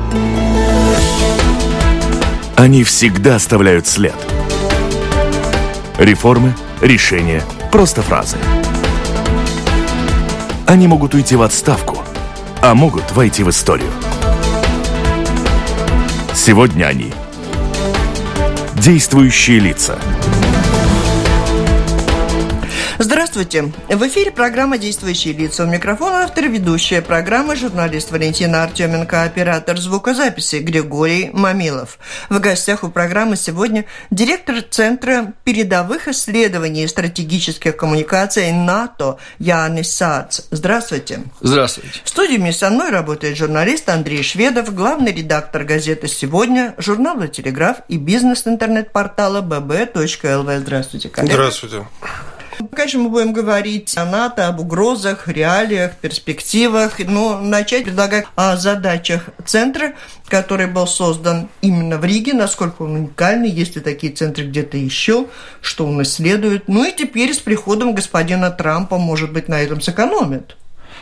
Они всегда оставляют след. Реформы, решения, просто фразы. Они могут уйти в отставку, а могут войти в историю. Сегодня они – действующие лица. Здравствуйте! В эфире программа «Действующие лица». У микрофона автор и ведущая программы, журналист Валентина Артеменко, оператор звукозаписи Григорий Мамилов. В гостях у программы сегодня директор Центра передовых исследований и стратегических коммуникаций НАТО Jānis Sārts. Здравствуйте! Здравствуйте! В студии вместе со мной работает журналист Андрей Шведов, главный редактор газеты «Сегодня», журнала «Телеграф» и бизнес-интернет-портала bb.lv. Здравствуйте, коллега! Здравствуйте! Конечно, мы будем говорить о НАТО, об угрозах, реалиях, перспективах, но начать предлагаю о задачах центра, который был создан именно в Риге, насколько он уникальный, есть ли такие центры где-то еще, что он исследует. Ну и теперь с приходом господина Трампа, может быть, на этом сэкономят.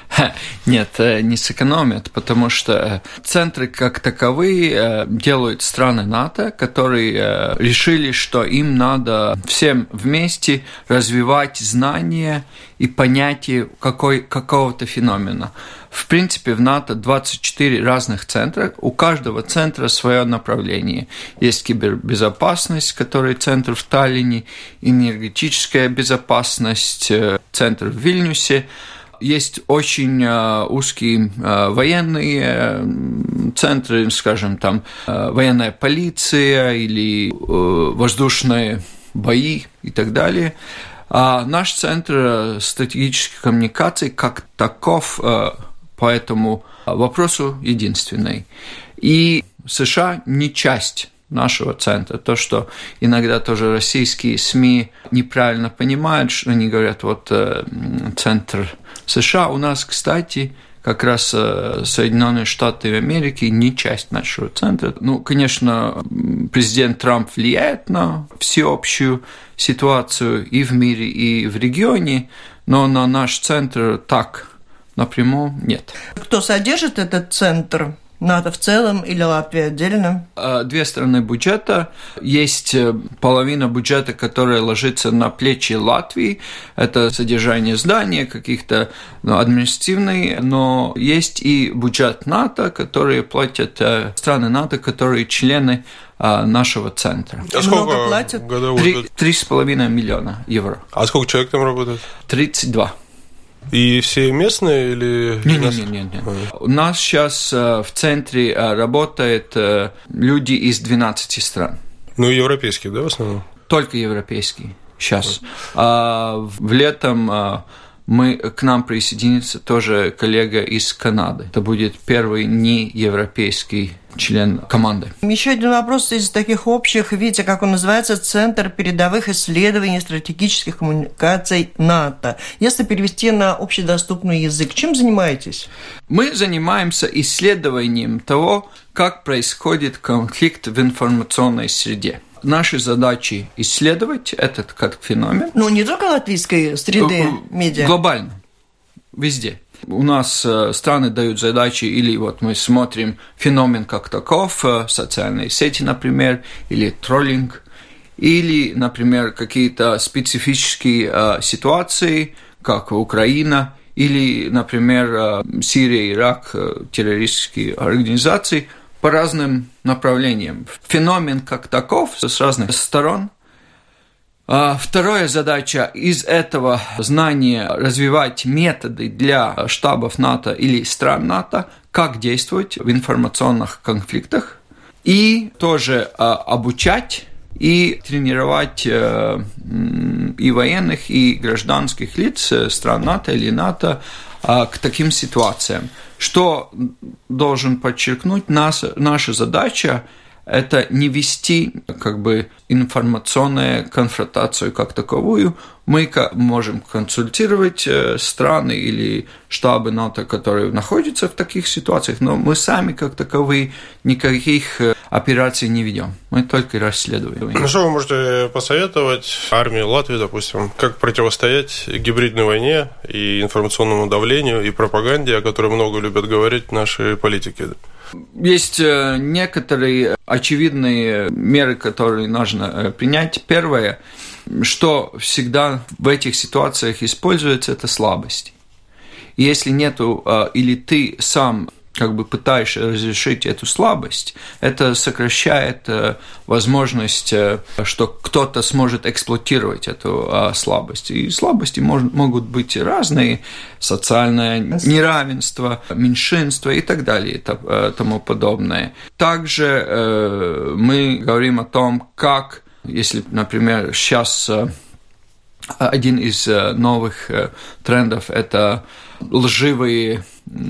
Нет, не сэкономят, потому что центры как таковые делают страны НАТО, которые решили, что им надо всем вместе развивать знания и понятие какого-то феномена. В принципе, в НАТО 24 разных центра, у каждого центра свое направление. Есть кибербезопасность, который центр в Таллине, энергетическая безопасность, центр в Вильнюсе. Есть очень узкие военные центры, скажем, там военная полиция или воздушные бои и так далее. А наш центр стратегических коммуникаций как таков по этому вопросу единственный. И США не часть нашего центра. То, что иногда тоже российские СМИ неправильно понимают, что они говорят, вот центр США. У нас, кстати, как раз Соединенные Штаты Америки не часть нашего центра. Ну, конечно, президент Трамп влияет на всеобщую ситуацию и в мире, и в регионе, но на наш центр так напрямую нет. Кто содержит этот центр? НАТО в целом или Латвия отдельно? Две стороны бюджета. Есть половина бюджета, которая ложится на плечи Латвии. Это содержание здания, каких-то административные, но есть и бюджет НАТО, который платят страны НАТО, которые члены нашего центра. А сколько платят? 3,5 миллиона евро. А сколько человек там работает? 32. И все местные или... Нет. У нас сейчас в центре работают люди из 12 стран. Ну, европейские, да, в основном? Только европейские сейчас. В летом к нам присоединится тоже коллега из Канады. Это будет первый неевропейский член команды. Еще один вопрос из таких общих. Видите, как он называется? Центр передовых исследований стратегических коммуникаций НАТО. Если перевести на общедоступный язык, чем занимаетесь? Мы занимаемся исследованием того, как происходит конфликт в информационной среде. Наши задачи исследовать этот как феномен. Ну, не только латвийской среды медиа. Глобально. Везде. У нас страны дают задачи, или вот мы смотрим феномен как таков, социальные сети, например, или троллинг, или, например, какие-то специфические ситуации, как Украина, или, например, Сирия, Ирак, террористические организации, по разным направлениям. Феномен как таков с разных сторон. Вторая задача из этого знания развивать методы для штабов НАТО или стран НАТО, как действовать в информационных конфликтах, и тоже обучать и тренировать и военных, и гражданских лиц стран НАТО или НАТО к таким ситуациям. Что должен подчеркнуть, наша задача – это не вести информационную конфронтацию как таковую. Мы можем консультировать страны или штабы НАТО, которые находятся в таких ситуациях, но мы сами как таковые никаких операций не ведем. Мы только расследуем. Ну, что вы можете посоветовать армии Латвии, допустим, как противостоять гибридной войне и информационному давлению и пропаганде, о которой много любят говорить наши политики? Есть некоторые очевидные меры, которые нужно принять. Первое, что всегда в этих ситуациях используется, это слабость. И если нету, или ты сам пытаешься разрешить эту слабость, это сокращает возможность, что кто-то сможет эксплуатировать эту слабость. И слабости могут быть разные: социальное неравенство, меньшинство и так далее, и тому подобное. Также мы говорим о том, как, если, например, сейчас один из новых трендов – это лживые...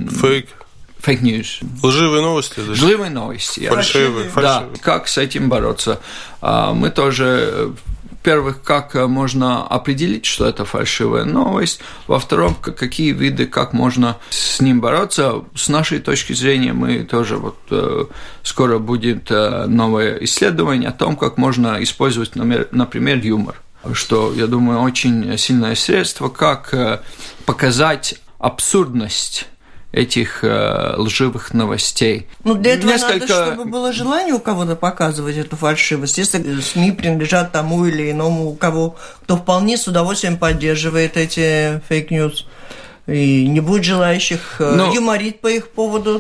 Fake news. Лживые новости. Лживые новости. Фальшивые. Да, как с этим бороться? Мы тоже, во-первых, как можно определить, что это фальшивая новость. Во-вторых, какие виды, как можно с ним бороться. С нашей точки зрения, мы тоже скоро будет новое исследование о том, как можно использовать, например, юмор. Что, я думаю, очень сильное средство, как показать абсурдность этих лживых новостей. Для этого надо, чтобы было желание у кого-то показывать эту фальшивость. Если СМИ принадлежат тому или иному, кто вполне с удовольствием поддерживает эти фейк-ньюс, и не будет желающих юморить по их поводу.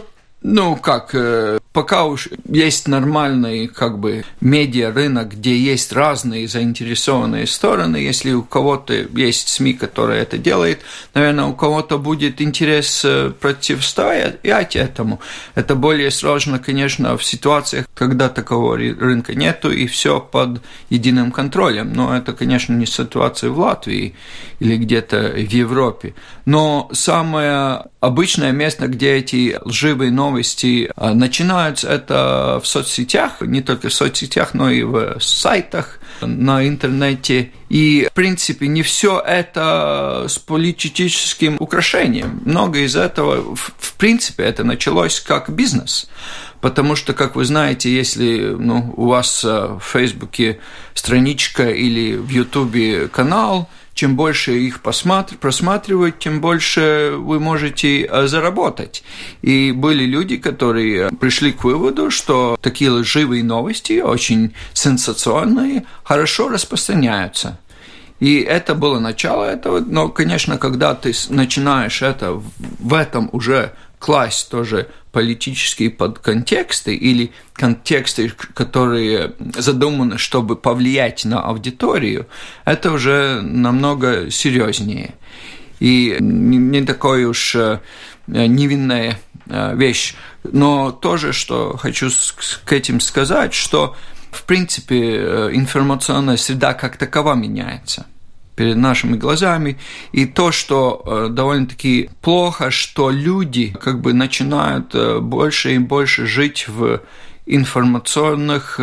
Пока уж есть нормальный медиа-рынок, где есть разные заинтересованные стороны, если у кого-то есть СМИ, которые это делают, наверное, у кого-то будет интерес противостоять этому. Это более сложно, конечно, в ситуациях, когда такого рынка нету и все под единым контролем. Но это, конечно, не ситуация в Латвии или где-то в Европе. Но самое обычное место, где эти лживые новости начинаются, это в соцсетях, не только в соцсетях, но и в сайтах, на интернете. И, в принципе, не все это с политическим украшением. Много из этого, в принципе, это началось как бизнес. Потому что, как вы знаете, если у вас в Фейсбуке страничка или в Ютубе канал, чем больше их просматривают, тем больше вы можете заработать. И были люди, которые пришли к выводу, что такие лживые новости, очень сенсационные, хорошо распространяются. И это было начало этого, но, конечно, когда ты начинаешь в этом уже класть тоже политические подконтексты или контексты, которые задуманы, чтобы повлиять на аудиторию, это уже намного серьезнее. И не такой уж невинная вещь. Но тоже, что хочу к этим сказать, что, в принципе, информационная среда как такова меняется перед нашими глазами, и то, что довольно-таки плохо, что люди начинают больше и больше жить в информационных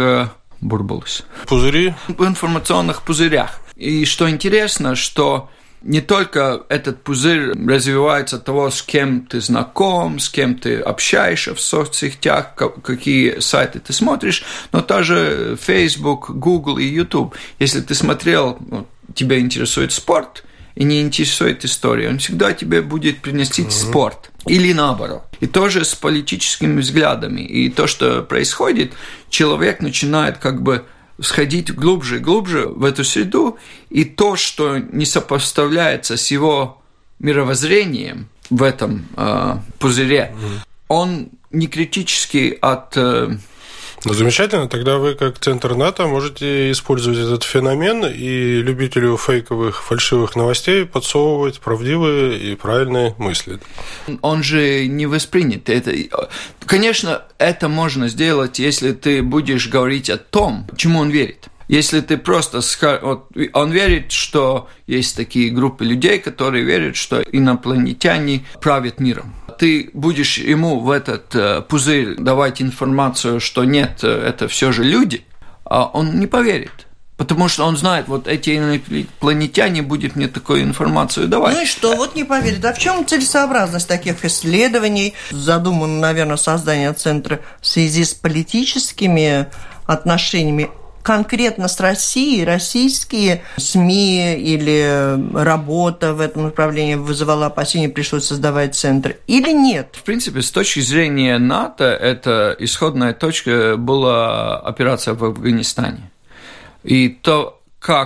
пузыри? В информационных пузырях. И что интересно, что не только этот пузырь развивается от того, с кем ты знаком, с кем ты общаешься в соцсетях, какие сайты ты смотришь, но также Facebook, Google и YouTube. Если ты смотрел, тебя интересует спорт и не интересует история, он всегда тебе будет приносить спорт. Или наоборот. И тоже с политическими взглядами. И то, что происходит, человек начинает сходить глубже и глубже в эту среду, и то, что не сопоставляется с его мировоззрением в этом пузыре, он не критически от... Замечательно, тогда вы, как Центр НАТО, можете использовать этот феномен и любителю фейковых, фальшивых новостей подсовывать правдивые и правильные мысли. Он же не воспринят. Конечно, это можно сделать, если ты будешь говорить о том, чему он верит. Если ты просто он верит, что есть такие группы людей, которые верят, что инопланетяне правят миром. Ты будешь ему в этот пузырь давать информацию, что нет, это все же люди, а он не поверит. Потому что он знает, эти инопланетяне будут мне такую информацию давать. И что, не поверит. А в чем целесообразность таких исследований? Задумано, наверное, создание центра в связи с политическими отношениями конкретно с Россией, российские СМИ или работа в этом направлении вызывала опасения, пришлось создавать центр, или нет? В принципе, с точки зрения НАТО, это исходная точка была операция в Афганистане. И то,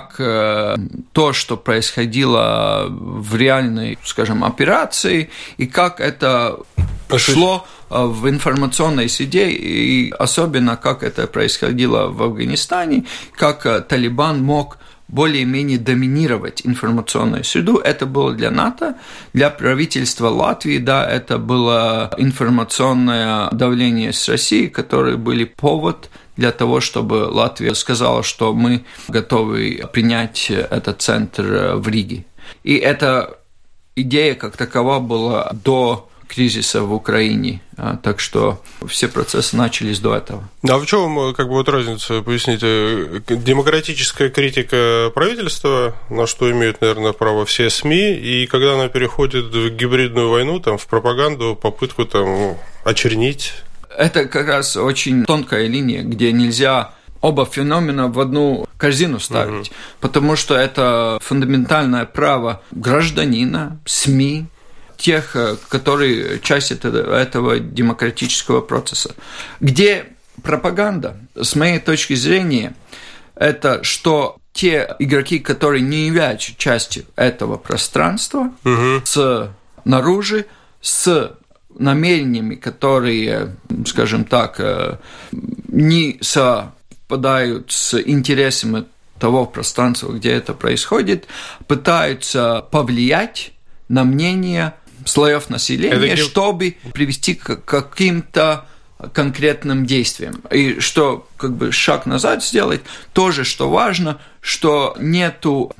что происходило в реальной, скажем, операции, и как это шло в информационной среде, и особенно как это происходило в Афганистане, как Талибан мог более-менее доминировать информационную среду. Это было для НАТО, для правительства Латвии, да, это было информационное давление с Россией, которые были повод для того, чтобы Латвия сказала, что мы готовы принять этот центр в Риге. И эта идея как такова была до кризиса в Украине, так что все процессы начались до этого. А в чем разница, поясните? Демократическая критика правительства, на что имеют, наверное, право все СМИ, и когда она переходит в гибридную войну, в пропаганду, попытку очернить? Это как раз очень тонкая линия, где нельзя оба феномена в одну корзину ставить, потому что это фундаментальное право гражданина, СМИ, тех, которые часть этого демократического процесса. Где пропаганда, с моей точки зрения, это что те игроки, которые не являются частью этого пространства, снаружи, с намерениями, которые, скажем так, не совпадают с интересами того пространства, где это происходит, пытаются повлиять на мнение слоев населения, чтобы привести к каким-то конкретным действиям. И что шаг назад сделать, тоже что важно, что нету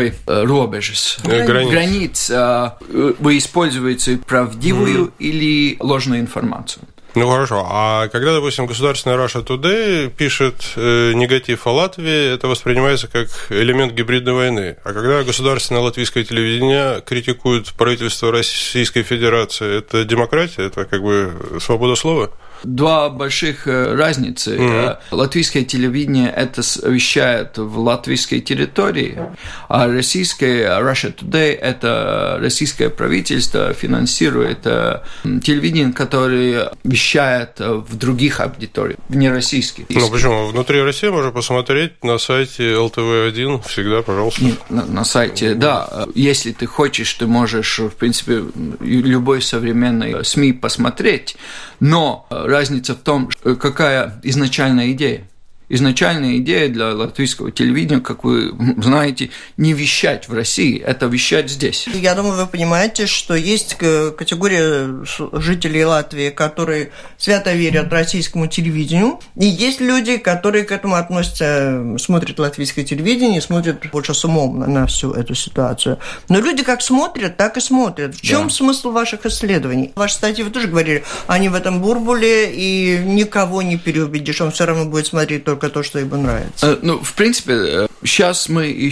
границ, вы используете правдивую или ложную информацию. Ну хорошо, а когда, допустим, государственная Russia Today пишет негатив о Латвии, это воспринимается как элемент гибридной войны. А когда государственное латвийское телевидение критикует правительство Российской Федерации, это демократия, это свобода слова? Два больших разницы. Латвийское телевидение это вещает в латвийской территории, а российское Russia Today это российское правительство финансирует телевидение, которое вещает в других аудиториях, не российских. Почему? Внутри России можно посмотреть на сайте ЛТВ-1 всегда, пожалуйста. Нет, на сайте, да. Если ты хочешь, ты можешь, в принципе, любой современный СМИ посмотреть, но разница в том, какая изначальная идея. Изначальная идея для латвийского телевидения, как вы знаете, не вещать в России, это вещать здесь. Я думаю, вы понимаете, что есть категория жителей Латвии, которые свято верят российскому телевидению, и есть люди, которые к этому относятся, смотрят латвийское телевидение и смотрят больше с умом на всю эту ситуацию. Но люди как смотрят, так и смотрят. В чем смысл ваших исследований? Ваши статьи вы тоже говорили, они в этом бурбуле, и никого не переубедишь, он все равно будет смотреть только то, что ему нравится. В принципе, сейчас мы,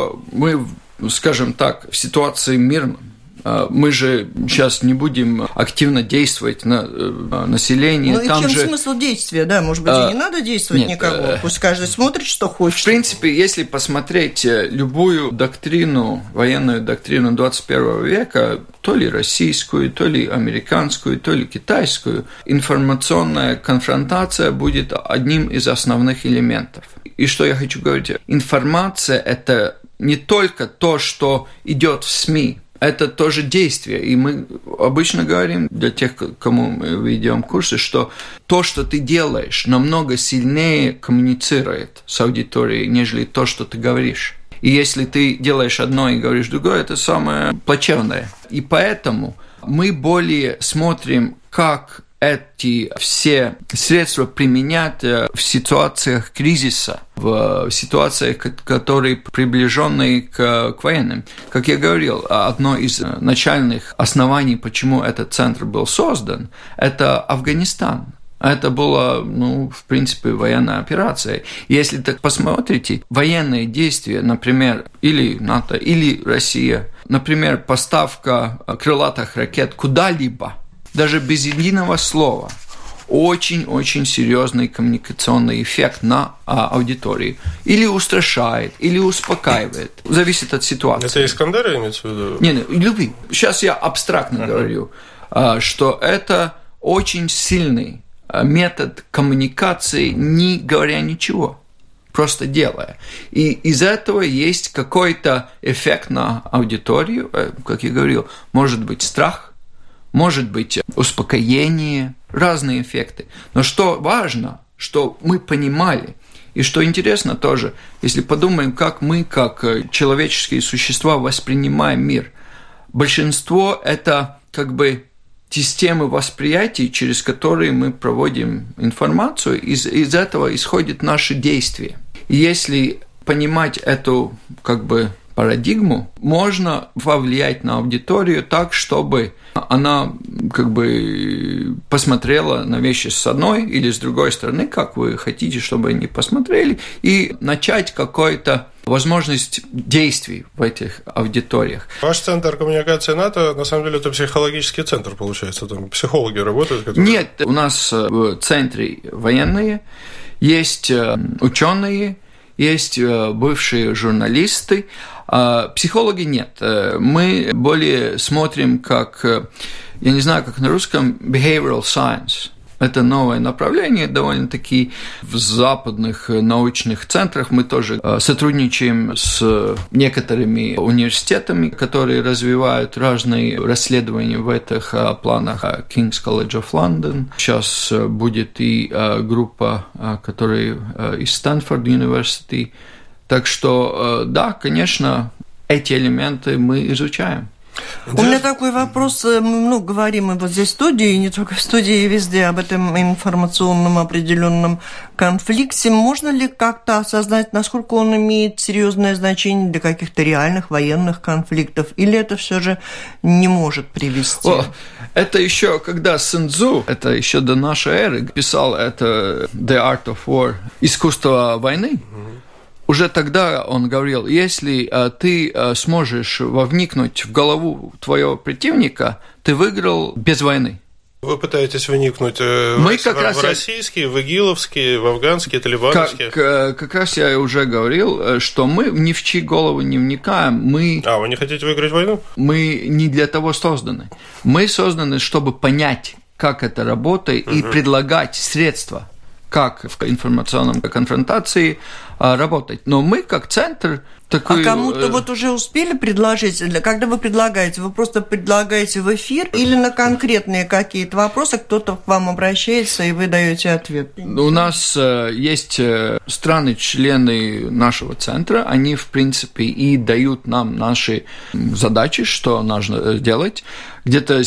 скажем так, в ситуации мирной. Мы же сейчас не будем активно действовать на население. И в чем смысл действия? Да, может быть, и не надо действовать никого. Пусть каждый смотрит, что хочет. В принципе, если посмотреть любую доктрину, военную доктрину 21 века, то ли российскую, то ли американскую, то ли китайскую, информационная конфронтация будет одним из основных элементов. И что я хочу говорить? Информация – это не только то, что идет в СМИ, это тоже действие, и мы обычно говорим для тех, кому мы ведем курсы, что то, что ты делаешь, намного сильнее коммуницирует с аудиторией, нежели то, что ты говоришь. И если ты делаешь одно и говоришь другое, это самое плачевное. И поэтому мы более смотрим, как эти все средства применять в ситуациях кризиса, в ситуациях, которые приближены к военным. Как я говорил, одно из начальных оснований, почему этот центр был создан, это Афганистан. Это была, в принципе, военная операция. Если так посмотрите, военные действия, например, или НАТО, или Россия, например, поставка крылатых ракет куда-либо, даже без единого слова, очень-очень серьезный коммуникационный эффект на аудитории. Или устрашает, или успокаивает. Зависит от ситуации. Это Искандер имеется в виду? Не, любви. Сейчас я абстрактно говорю, что это очень сильный метод коммуникации, не говоря ничего, просто делая. И из этого есть какой-то эффект на аудиторию, как я говорил, может быть страх, может быть успокоение, разные эффекты. Но что важно, что мы понимали, и что интересно тоже, если подумаем, как мы, как человеческие существа, воспринимаем мир. Большинство – это как бы системы восприятия, через которые мы проводим информацию, из этого исходят наши действия. И если понимать эту как бы парадигму, можно повлиять на аудиторию так, чтобы она как бы посмотрела на вещи с одной или с другой стороны, как вы хотите, чтобы они посмотрели, и начать какую-то возможность действий в этих аудиториях. Ваш центр коммуникации НАТО, на самом деле, это психологический центр, получается, там психологи работают? Которые... Нет, у нас в центре военные, есть ученые, есть бывшие журналисты, психологи нет. Мы более смотрим как, я не знаю, как на русском, behavioral science. Это новое направление, довольно-таки в западных научных центрах. Мы тоже сотрудничаем с некоторыми университетами, которые развивают разные расследования в этих планах. King's College of London. Сейчас будет и группа, которая из Stanford University. Так что, да, конечно, эти элементы мы изучаем. У меня такой вопрос. Мы много говорим и вот здесь в студии, и не только в студии, и везде об этом информационном определенном конфликте. Можно ли как-то осознать, насколько он имеет серьезное значение для каких-то реальных военных конфликтов? Или это все же не может привести? Это еще когда Sun Tzu, это еще до нашей эры, писал это «The Art of War», «Искусство войны». Уже тогда он говорил, если ты сможешь вникнуть в голову твоего противника, ты выиграл без войны. Вы пытаетесь вникнуть в российские, в игиловские, в афганские, талибановские? Как раз я уже говорил, что мы ни в чьи головы не вникаем. Вы не хотите выиграть войну? Мы не для того созданы. Мы созданы, чтобы понять, как это работает, и предлагать средства, как в информационном конфронтации работать. Но мы, как центр, такой... А кому-то вот уже успели предложить? Когда вы предлагаете, вы просто предлагаете в эфир или на конкретные какие-то вопросы кто-то к вам обращается, и вы даете ответ? У нас есть страны-члены нашего центра, они, в принципе, и дают нам наши задачи, что нужно делать. Где-то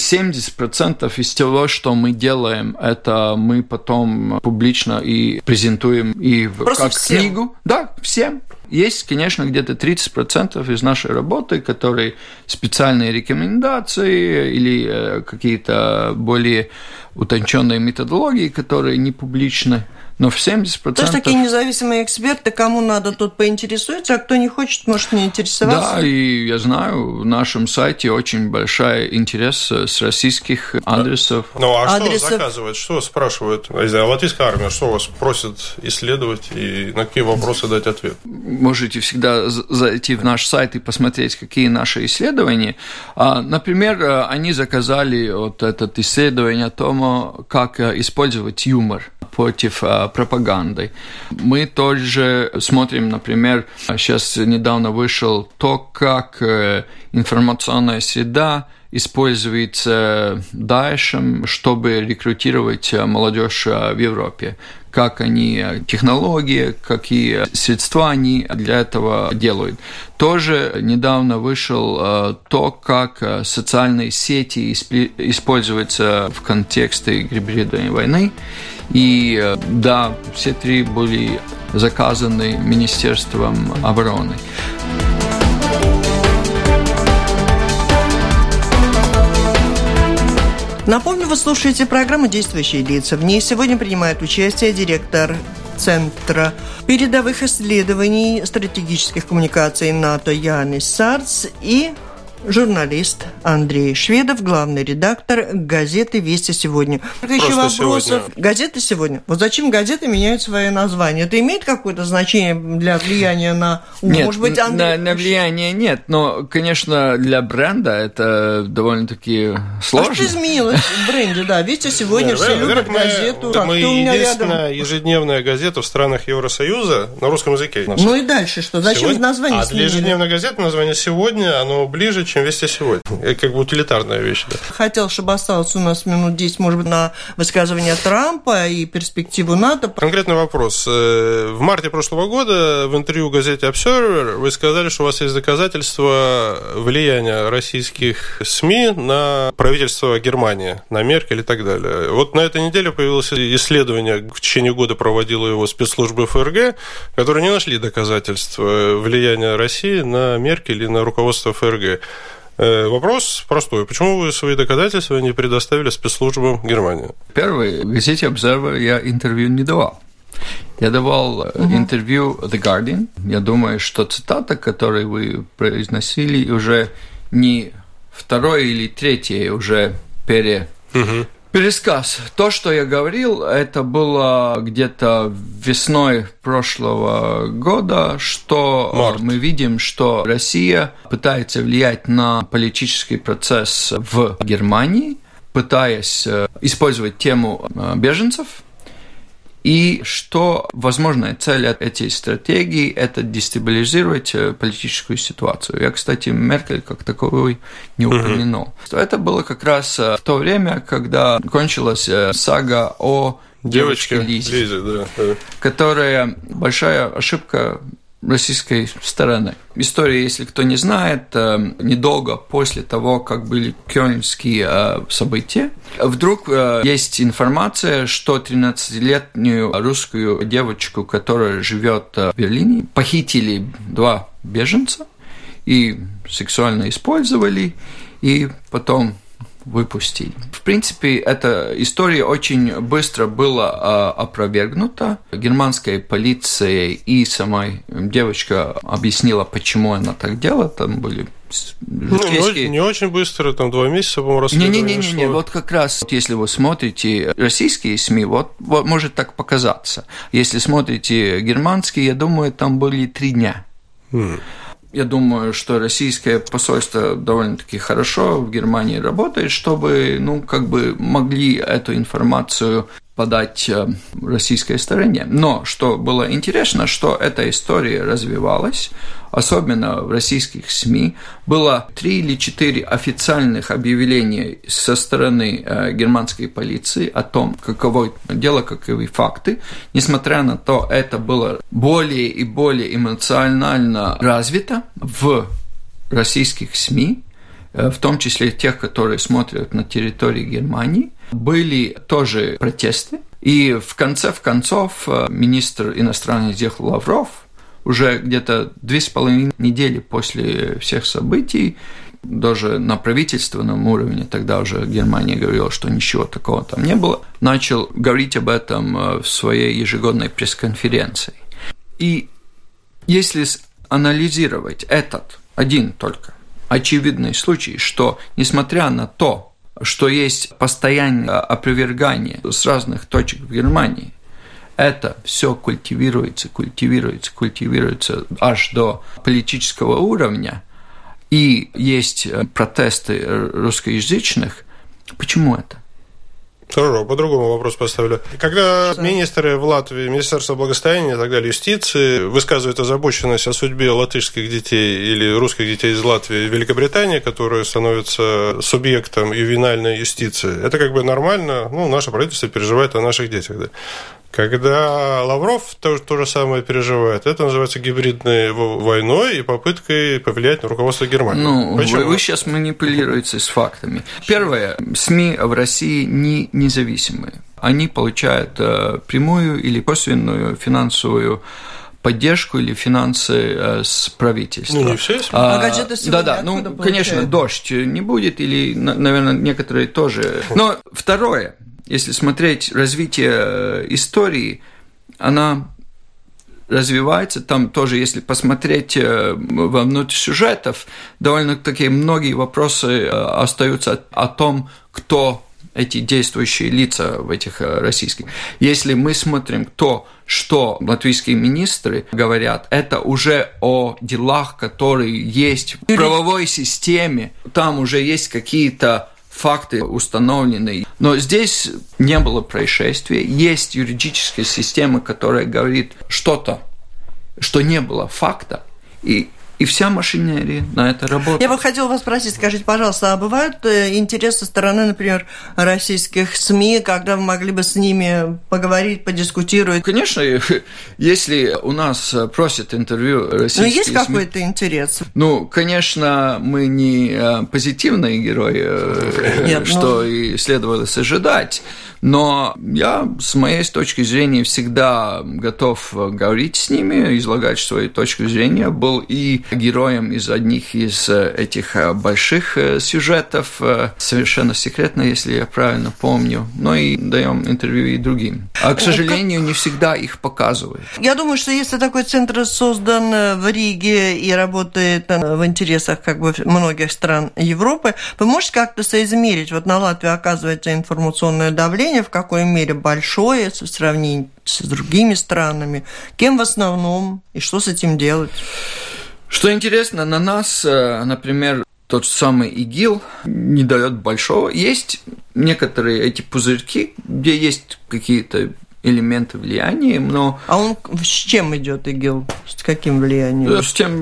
70% из того, что мы делаем, это мы потом публично и презентуем и как всем. Книгу. Да, всем. Есть, конечно, где-то 30% из нашей работы, которые специальные рекомендации или какие-то более утонченные методологии, которые не публичны. Но в 70%... То есть такие независимые эксперты, кому надо, тот поинтересуется, а кто не хочет, может не интересоваться? Да, и я знаю, в нашем сайте очень большой интерес с российских адресов. Что заказывают, что спрашивают? Латвийская армия, что вас просит исследовать и на какие вопросы дать ответ? Можете всегда зайти в наш сайт и посмотреть, какие наши исследования. Например, они заказали вот это исследование о том, как использовать юмор против пропаганды. Мы тоже смотрим, например, сейчас недавно вышел то, как информационная среда используется Даешем, чтобы рекрутировать молодежь в Европе. Как они, технологии, какие средства они для этого делают. Тоже недавно вышел то, как социальные сети используются в контексте гибридной войны. И да, все три были заказаны Министерством обороны. Напомню, вы слушаете программу «Действующие лица». В ней сегодня принимает участие директор Центра передовых исследований стратегических коммуникаций НАТО Янис Сарц и журналист Андрей Шведов, главный редактор газеты «Вести сегодня». Еще вопросов. Сегодня. Газеты сегодня. Вот зачем газеты меняют свои названия? Это имеет какое-то значение для влияния на ум? Нет, может быть, Андрей... на влияние нет, но, конечно, для бренда это довольно-таки сложно. А что изменилось в бренде, да? «Вести сегодня», все любят газету. Мы единственная ежедневная газета в странах Евросоюза на русском языке. Ну и дальше что? Зачем название сменили? А для ежедневной газеты название «Сегодня», оно ближе, чем «Вести сегодня». Это как бы утилитарная вещь. Да. Хотел, чтобы осталось у нас минут 10, может быть, на высказывание Трампа и перспективу НАТО. Конкретный вопрос. В марте прошлого года в интервью газете Observer вы сказали, что у вас есть доказательства влияния российских СМИ на правительство Германии, на Меркель и так далее. Вот на этой неделе появилось исследование, в течение года проводила его спецслужбы ФРГ, которые не нашли доказательств влияния России на Меркель и на руководство ФРГ. Вопрос простой. Почему вы свои доказательства не предоставили спецслужбам Германии? Первый, в газете Observer я интервью не давал. Я давал интервью The Guardian. Я думаю, что цитата, которую вы произносили, уже не второй или третий, уже пересказ. То, что я говорил, это было где-то весной прошлого года, что мы видим, что Россия пытается влиять на политический процесс в Германии, пытаясь использовать тему беженцев, и что возможная цель этой стратегии – это дестабилизировать политическую ситуацию. Я, кстати, Меркель как таковой не упомянул. Это было как раз в то время, когда кончилась сага о девочке Лизе, которая большая ошибка российской стороны. История, если кто не знает, недолго после того, как были кёльнские события, вдруг есть информация, что 13-летнюю русскую девочку, которая живет в Берлине, похитили 2 беженца и сексуально использовали, и потом выпустили. В принципе, эта история очень быстро была опровергнута. Германская полиция и сама девочка объяснила, почему она так делала. Там были не очень быстро, там 2 месяца, по-моему, расследование Не, вот как раз, если вы смотрите российские СМИ, вот может так показаться. Если смотрите германские, я думаю, там были 3 дня. Я думаю, что российское посольство довольно-таки хорошо в Германии работает, чтобы, могли эту информацию подать российской стороне. Но что было интересно, что эта история развивалась, особенно в российских СМИ. Было 3 или 4 официальных объявления со стороны германской полиции о том, каково дело, каковы факты. Несмотря на то, это было более и более эмоционально развито в российских СМИ, в том числе тех, которые смотрят на территории Германии, были тоже протесты. И в конце концов министр иностранных дел Лавров уже где-то 2,5 недели после всех событий, даже на правительственном уровне, тогда уже Германия говорила, что ничего такого там не было, начал говорить об этом в своей ежегодной пресс-конференции. И если анализировать этот один только очевидный случай, что несмотря на то, что есть постоянное опровергание с разных точек в Германии, это все культивируется аж до политического уровня, и есть протесты русскоязычных. Почему это? Хорошо, по-другому вопрос поставлю. Когда министры в Латвии, Министерство благосостояния и так далее, юстиции высказывают озабоченность о судьбе латышских детей или русских детей из Латвии и Великобритании, которые становятся субъектом ювенальной юстиции, это как бы нормально, наше правительство переживает о наших детях. Да? Когда Лавров то же самое переживает, это называется гибридной войной и попыткой повлиять на руководство Германии. Вы сейчас манипулируете с фактами. Первое, СМИ в России не независимые. Они получают прямую или косвенную финансовую поддержку или финансы с правительства. Не все СМИ. Газеты сегодня да, конечно, «Дождь» не будет, или, наверное, некоторые тоже. Но второе, если смотреть развитие истории, она развивается. Там тоже, если посмотреть вовнутрь сюжетов, довольно-таки многие вопросы остаются о том, кто эти действующие лица в этих российских. Если мы смотрим то, что латвийские министры говорят, это уже о делах, которые есть в правовой системе. Там уже есть какие-то факты установлены. Но здесь не было происшествия. Есть юридическая система, которая говорит что-то, что не было факта. И вся машинерия на это работает. Я бы хотела вас спросить, скажите, пожалуйста, а бывают интересы со стороны, например, российских СМИ, когда вы могли бы с ними поговорить, подискутировать? Конечно, если у нас просят интервью российские СМИ... Но есть какой-то интерес? Ну, конечно, мы не позитивные герои, нет, что и следовало ожидать. Но я, с моей точки зрения, всегда готов говорить с ними, излагать свою точку зрения. Был и героем из одних из этих больших сюжетов, совершенно секретно, если я правильно помню, но и даем интервью и другим. А, к сожалению, не всегда их показывают. Я думаю, что если такой центр создан в Риге и работает в интересах как бы многих стран Европы, вы можете как-то соизмерить? Вот на Латвию оказывается информационное давление, в какой мере большое в сравнении с другими странами, кем в основном и что с этим делать? Что интересно, на нас, например, тот же самый ИГИЛ не дает большого. Есть некоторые эти пузырьки, где есть какие-то элементы влияния, но... А он с чем идет ИГИЛ? С каким влиянием? С тем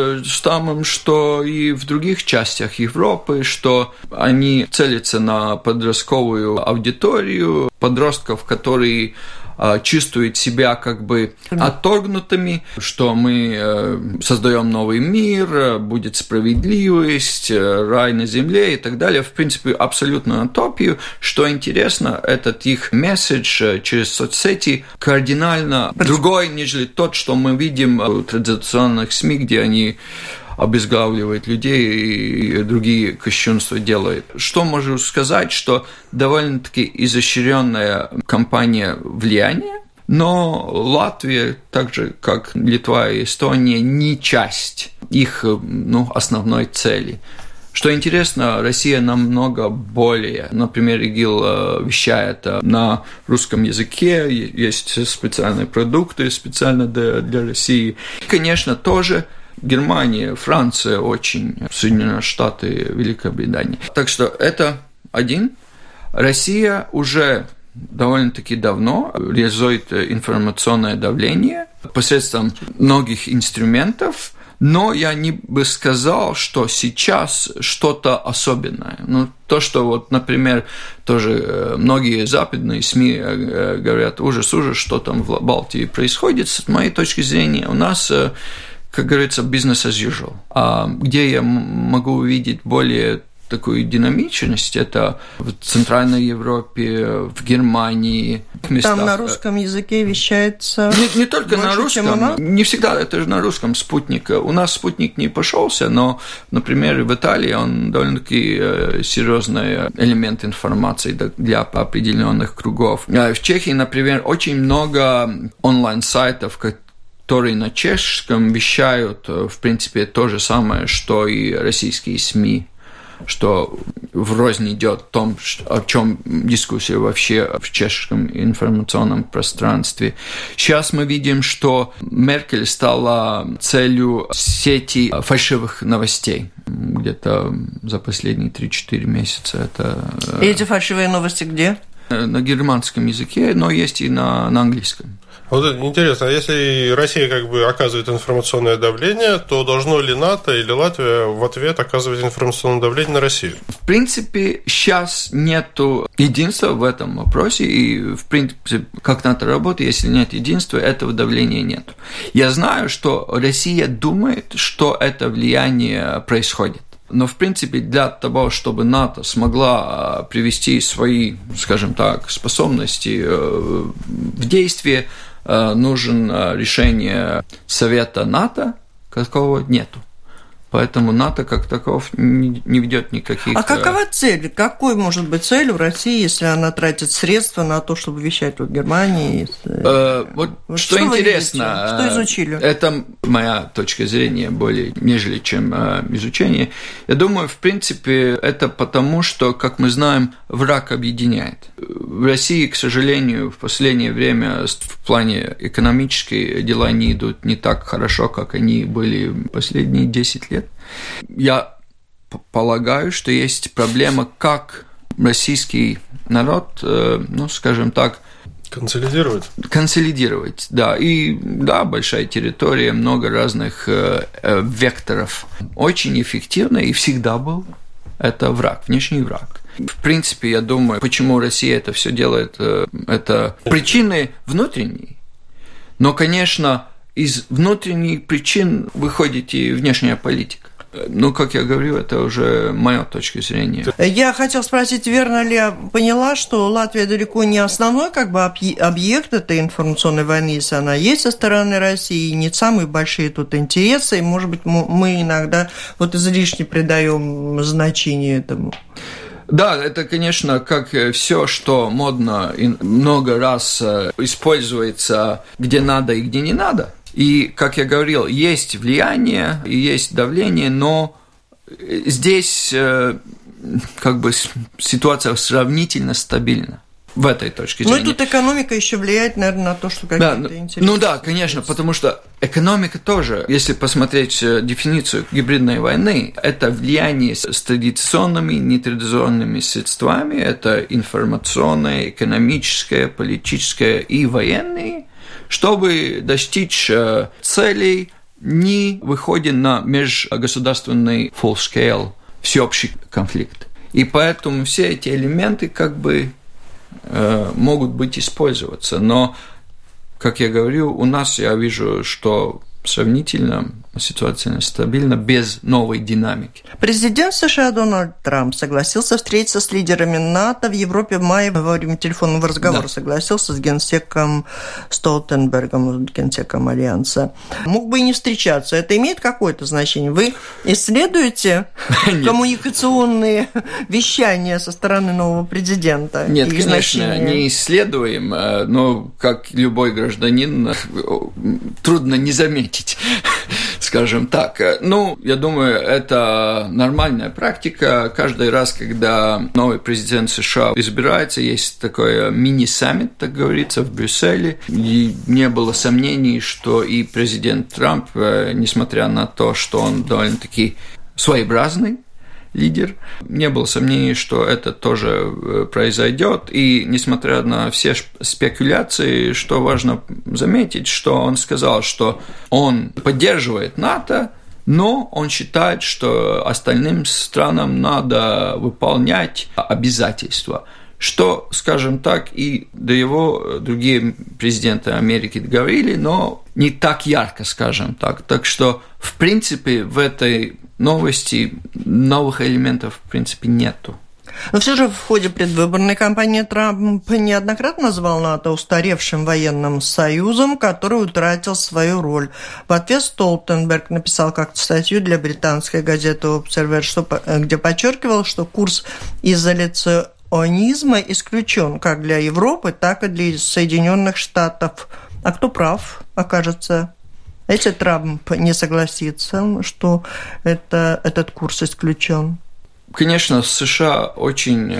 самым, что и в других частях Европы, что они целятся на подростковую аудиторию, подростков, которые чувствуют себя как бы отторгнутыми, что мы создаем новый мир, будет справедливость, рай на земле и так далее. В принципе, абсолютную утопию. Что интересно, этот их месседж через соцсети кардинально другой, нежели тот, что мы видим в традиционных СМИ, где они обезглавливает людей и другие кощунства делает. Что могу сказать, что довольно-таки изощренная кампания влияния, но Латвия, так же как Литва и Эстония, не часть их основной цели. Что интересно, Россия намного более. Например, ИГИЛ вещает на русском языке, есть специальные продукты специально для России. Конечно, тоже Германия, Франция очень, Соединенные Штаты, Великобритания. Так что это один. Россия уже довольно-таки давно реализует информационное давление посредством многих инструментов, но я не бы сказал, что сейчас что-то особенное. То, что, вот, например, тоже многие западные СМИ говорят, ужас, что там в Балтии происходит, с моей точки зрения, у нас, как говорится, business as usual. А где я могу увидеть более такую динамичность, это в Центральной Европе, в Германии. Там на русском языке вещается не только больше, на русском, не всегда это же на русском «Спутник». У нас «Спутник» не пошелся, но, например, в Италии он довольно-таки серьезный элемент информации для определенных кругов. В Чехии, например, очень много онлайн-сайтов, которые на чешском вещают, в принципе, то же самое, что и российские СМИ, что врознь идет о том, о чем дискуссия вообще в чешском информационном пространстве. Сейчас мы видим, что Меркель стала целью сети фальшивых новостей. Где-то за последние 3-4 месяца. И эти фальшивые новости где? На германском языке, но есть и на английском. Вот интересно, если Россия как бы оказывает информационное давление, то должно ли НАТО или Латвия в ответ оказывать информационное давление на Россию? В принципе, сейчас нету единства в этом вопросе, и, в принципе, как НАТО работает, если нет единства, этого давления нет. Я знаю, что Россия думает, что это влияние происходит. Но, в принципе, для того, чтобы НАТО смогла привести свои, скажем так, способности в действие, нужно решение Совета НАТО, какого нету. Поэтому НАТО как таков не ведет никаких... А какова цель? Какой может быть цель у России, если она тратит средства на то, чтобы вещать в Германии? Вот что интересно... Что изучили? Это моя точка зрения более, нежели чем изучение. Я думаю, в принципе, это потому, что, как мы знаем, враг объединяет. В России, к сожалению, в последнее время в плане экономической дела не идут не так хорошо, как они были последние 10 лет. Я полагаю, что есть проблема, как российский народ, скажем так, Консолидировать, да. И да, большая территория, много разных векторов. Очень эффективно и всегда был это враг, внешний враг. В принципе, я думаю, почему Россия это все делает, это причины внутренние. Но, конечно, из внутренних причин выходит и внешняя политика. Как я говорю, это уже моя точка зрения. Я хотел спросить, верно ли я поняла, что Латвия далеко не основной объект этой информационной войны, если она есть со стороны России, и не самые большие тут интересы, и, может быть, мы иногда излишне придаем значение этому. Да, это, конечно, как все, что модно и много раз используется где надо и где не надо. И, как я говорил, есть влияние и есть давление, но здесь ситуация сравнительно стабильна в этой точке зрения. Ну и тут экономика еще влияет, наверное, на то, что какие-то интересы. Да, конечно, потому что экономика тоже, если посмотреть дефиницию гибридной войны, это влияние с традиционными, нетрадиционными средствами, это информационное, экономическое, политическое и военное, чтобы достичь целей, не выходя на межгосударственный full-scale, всеобщий конфликт. И поэтому все эти элементы могут быть использоваться. Но, как я говорю, у нас я вижу, что сравнительно ситуация стабильна, без новой динамики. Президент США Дональд Трамп согласился встретиться с лидерами НАТО в Европе в мае во время телефонного разговора. Да. Согласился с генсеком Столтенбергом, генсеком Альянса. Мог бы и не встречаться. Это имеет какое-то значение? Вы исследуете коммуникационные вещания со стороны нового президента? Нет, конечно, не исследуем, но как любой гражданин трудно не заметить, скажем так. Я думаю, это нормальная практика. Каждый раз, когда новый президент США избирается, есть такой мини-саммит, так говорится, в Брюсселе. И не было сомнений, что и президент Трамп, несмотря на то, что он довольно-таки своеобразный лидер, не было сомнений, что это тоже произойдет. И несмотря на все спекуляции, что важно заметить, что он сказал, что он поддерживает НАТО, но он считает, что остальным странам надо выполнять обязательства, что, скажем так, и до его другие президенты Америки говорили, но не так ярко, скажем так. Так что, в принципе, в этой новости новых элементов, в принципе, нету. Но все же в ходе предвыборной кампании Трамп неоднократно назвал НАТО устаревшим военным союзом, который утратил свою роль. В ответ Столтенберг написал как-то статью для британской газеты Observer, где подчеркивал, что курс изоляционизма исключен как для Европы, так и для Соединенных Штатов. А кто прав, окажется? Если Трамп не согласится, что этот курс исключен? Конечно, США очень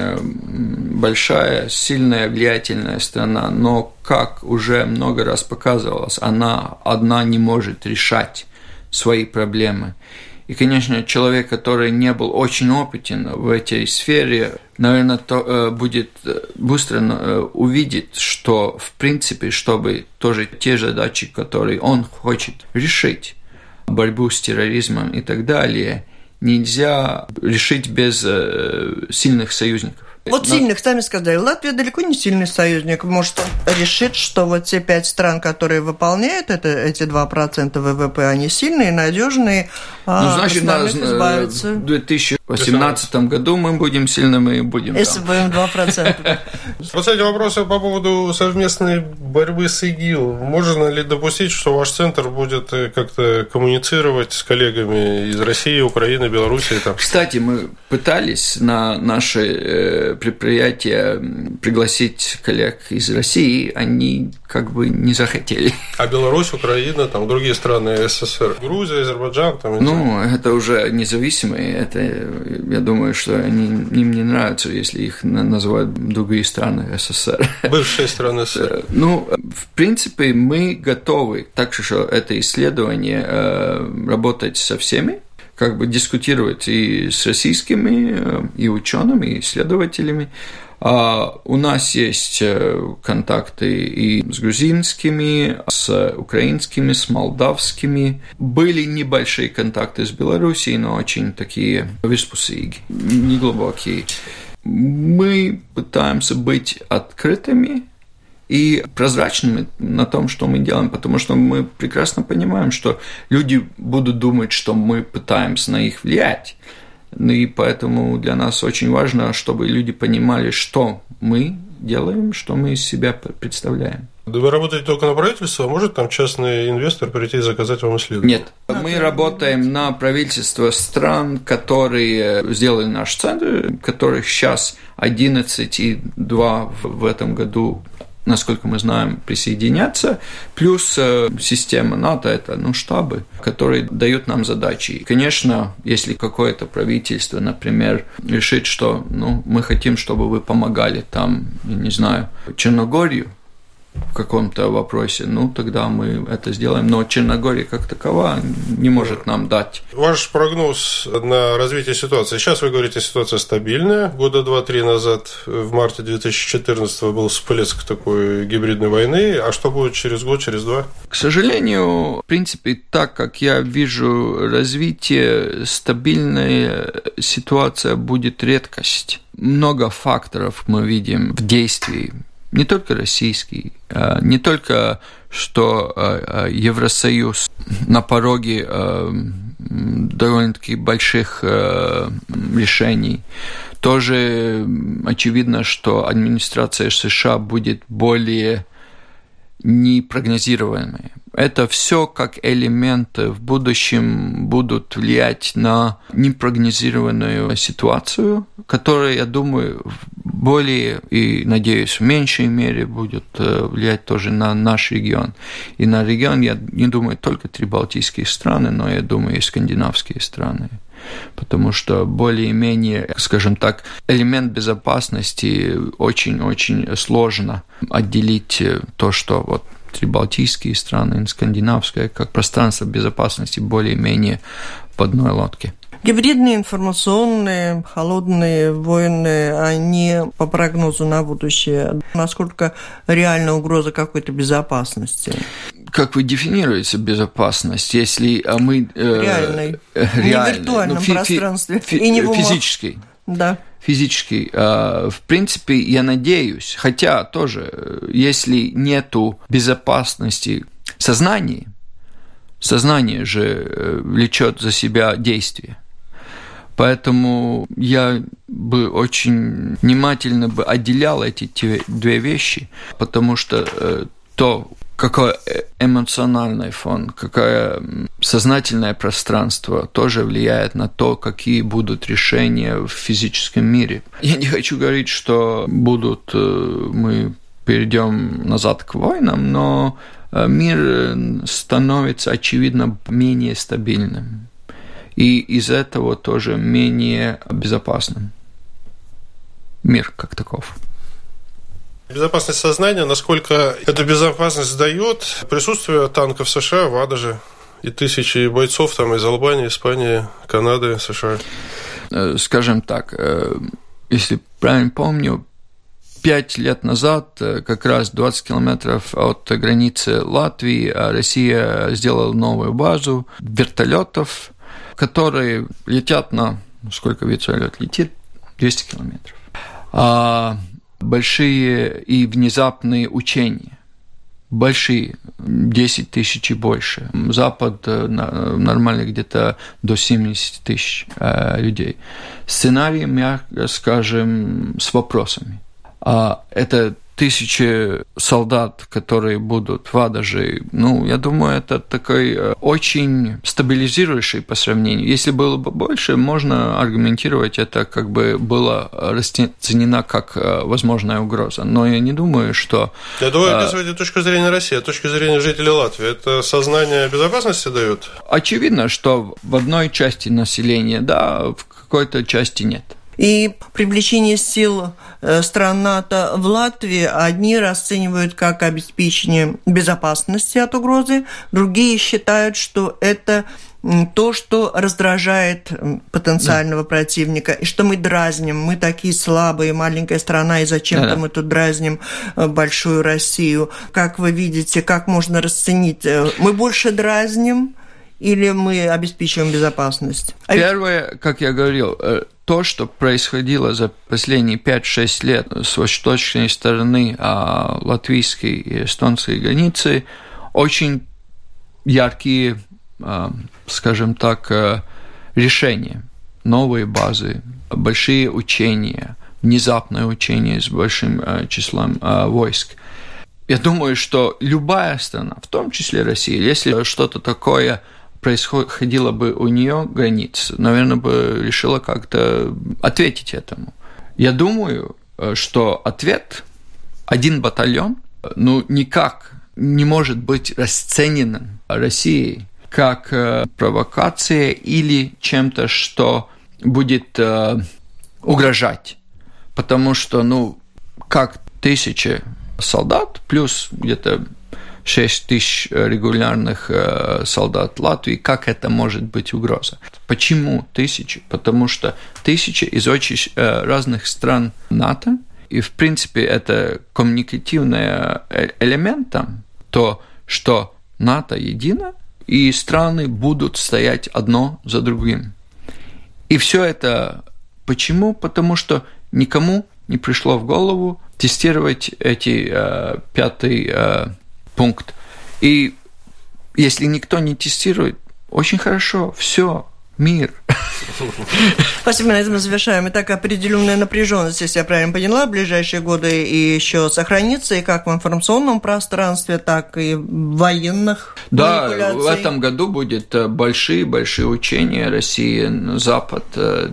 большая, сильная, влиятельная страна, но, как уже много раз показывалось, она одна не может решать свои проблемы. И, конечно, человек, который не был очень опытен в этой сфере, наверное, будет быстро увидеть, что, в принципе, чтобы тоже те задачи, которые он хочет решить, борьбу с терроризмом и так далее, нельзя решить без сильных союзников. Вот сильных, сами сказали, Латвия далеко не сильный союзник. Может, он решит, что вот те 5 стран, которые выполняют эти 2% ВВП, они сильные, надежные, значит, избавиться. В 2018 году мы будем сильными и будем. Если будем 2%. Вот эти вопросы по поводу совместной борьбы с ИГИЛ. Можно ли допустить, что ваш центр будет как-то коммуницировать с коллегами из России, Украины, Белоруссии? Кстати, мы пытались на наши предприятия пригласить коллег из России, они как бы не захотели. А Беларусь, Украина, там другие страны СССР, Грузия, Азербайджан? Это уже независимые, это, я думаю, что им не нравится, если их называют другие страны СССР. Бывшие страны СССР. В принципе, мы готовы, так что это исследование, работать со всеми, как бы дискутировать и с российскими, и учеными, и исследователями. У нас есть контакты и с грузинскими, с украинскими, с молдавскими. Были небольшие контакты с Белоруссией, но очень такие виспусīgi, неглубокие. Мы пытаемся быть открытыми и прозрачными на том, что мы делаем, потому что мы прекрасно понимаем, что люди будут думать, что мы пытаемся на них влиять. И поэтому для нас очень важно, чтобы люди понимали, что мы делаем, что мы из себя представляем. Да вы работаете только на правительство, а может там частный инвестор прийти и заказать вам исследование? Нет, мы работаем на правительство стран, которые сделали наш центр, которых сейчас 11 и 2 в этом году, насколько мы знаем, присоединятся, плюс система НАТО – это штабы, которые дают нам задачи. И, конечно, если какое-то правительство, например, решит, что мы хотим, чтобы вы помогали там, я не знаю, Черногорию в каком-то вопросе, тогда мы это сделаем. Но Черногория как такова не может нам дать. Ваш прогноз на развитие ситуации. Сейчас вы говорите, ситуация стабильная. Года 2-3 назад, в марте 2014 был всплеск такой гибридной войны. А что будет через год, через 2? К сожалению, в принципе, так как я вижу развитие, стабильная ситуация будет редкость. Много факторов мы видим в действии. Не только российский, не только, что Евросоюз на пороге довольно-таки больших решений. Тоже очевидно, что администрация США будет более непрогнозируемой. Это все как элементы в будущем будут влиять на непрогнозированную ситуацию, которая, я думаю, более и, надеюсь, в меньшей мере будет влиять тоже на наш регион. И на регион, я не думаю, только 3 балтийские страны, но я думаю, и скандинавские страны. Потому что более-менее, скажем так, элемент безопасности очень-очень сложно отделить то, что 3 балтийские страны, скандинавская, как пространство безопасности более-менее в одной лодке. Гибридные, информационные, холодные войны, они по прогнозу на будущее, насколько реальна угроза какой-то безопасности? Как вы дефинируете безопасность, если мы... Реальной. Не в виртуальном пространстве и не в умах. Физической. Да. Физически. В принципе, я надеюсь, хотя тоже, если нету безопасности сознания, сознание же влечет за себя действие. Поэтому я бы очень внимательно отделял эти 2 вещи, потому что то, какой эмоциональный фон, какое сознательное пространство тоже влияет на то, какие будут решения в физическом мире. Я не хочу говорить, что мы перейдем назад к войнам, но мир становится, очевидно, менее стабильным. И из этого тоже менее безопасным. Мир как таков. Безопасность сознания, насколько эта безопасность дает присутствие танков США в Адаже и тысячи бойцов там из Албании, Испании, Канады, США? Скажем так, если правильно помню, 5 лет назад, как раз 20 километров от границы Латвии, Россия сделала новую базу вертолетов, которые летят на... Сколько вертолет летит? 200 километров. большие и внезапные учения. Большие, 10 тысяч и больше. Запад нормально где-то до 70 тысяч людей. Сценарий, мягко скажем, с вопросами. Это тысячи солдат, которые будут в Адаже, я думаю, это такой очень стабилизирующий по сравнению. Если было бы больше, можно аргументировать это, как бы было расценено как возможная угроза. Но я не думаю, что... Я думаю, оказывается, точка зрения России, а точка зрения жителей Латвии, это сознание безопасности дает? Очевидно, что в одной части населения, да, в какой-то части нет. И привлечение сил стран НАТО в Латвии одни расценивают как обеспечение безопасности от угрозы, другие считают, что это то, что раздражает потенциального противника, и что мы дразним, мы такие слабые, маленькая страна, и зачем-то мы тут дразним большую Россию. Как вы видите, как можно расценить? Мы больше дразним или мы обеспечиваем безопасность? Первое, как я говорил, то, что происходило за последние 5-6 лет с восточной стороны латвийской и эстонской границы, очень яркие, скажем так, решения, новые базы, большие учения, внезапное учение с большим числом войск. Я думаю, что любая страна, в том числе Россия, если что-то такое происходило бы у нее границ, наверное, бы решила как-то ответить этому. Я думаю, что ответ один батальон, никак не может быть расценен Россией как провокация или чем-то, что будет угрожать. Потому что, как 1000 солдат плюс где-то 6 тысяч регулярных солдат Латвии, как это может быть угроза? Почему 1000? Потому что 1000 из очень разных стран НАТО, и, в принципе, это коммуникативный элемент там, то, что НАТО едино, и страны будут стоять одно за другим. И все это почему? Потому что никому не пришло в голову тестировать эти 5-й пункт. И если никто не тестирует, очень хорошо, все, мир. Спасибо, на этом мы завершаем. Итак, определенная напряженность, если я правильно поняла, в ближайшие годы и еще сохранится, и как в информационном пространстве, так и в военных манипуляциях. Да, в этом году будет большие учения Россия-Запад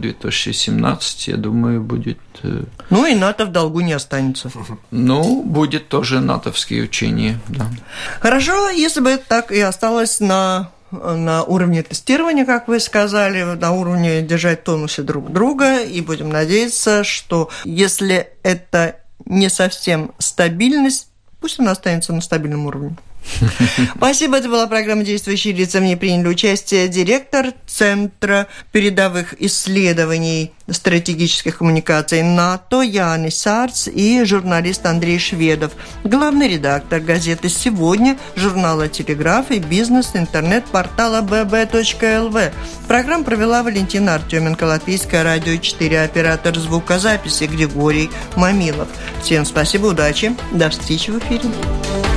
2017, я думаю, будет... и НАТО в долгу не останется. Будет тоже натовские учения, да. Хорошо, если бы это так и осталось на уровне тестирования, как вы сказали, на уровне держать в тонусе друг друга, и будем надеяться, что если это не совсем стабильность, пусть она останется на стабильном уровне. Спасибо, это была программа «Действующие лица». В ней приняли участие директор Центра передовых исследований стратегических коммуникаций НАТО Jānis Sārts и журналист Андрей Шведов, главный редактор газеты «Сегодня», журнала «Телеграф» и бизнес-интернет-портала bb.lv. Программу провела Валентина Артеменко, Латвийское радио 4, оператор звукозаписи Григорий Мамилов. Всем спасибо, удачи, до встречи в эфире.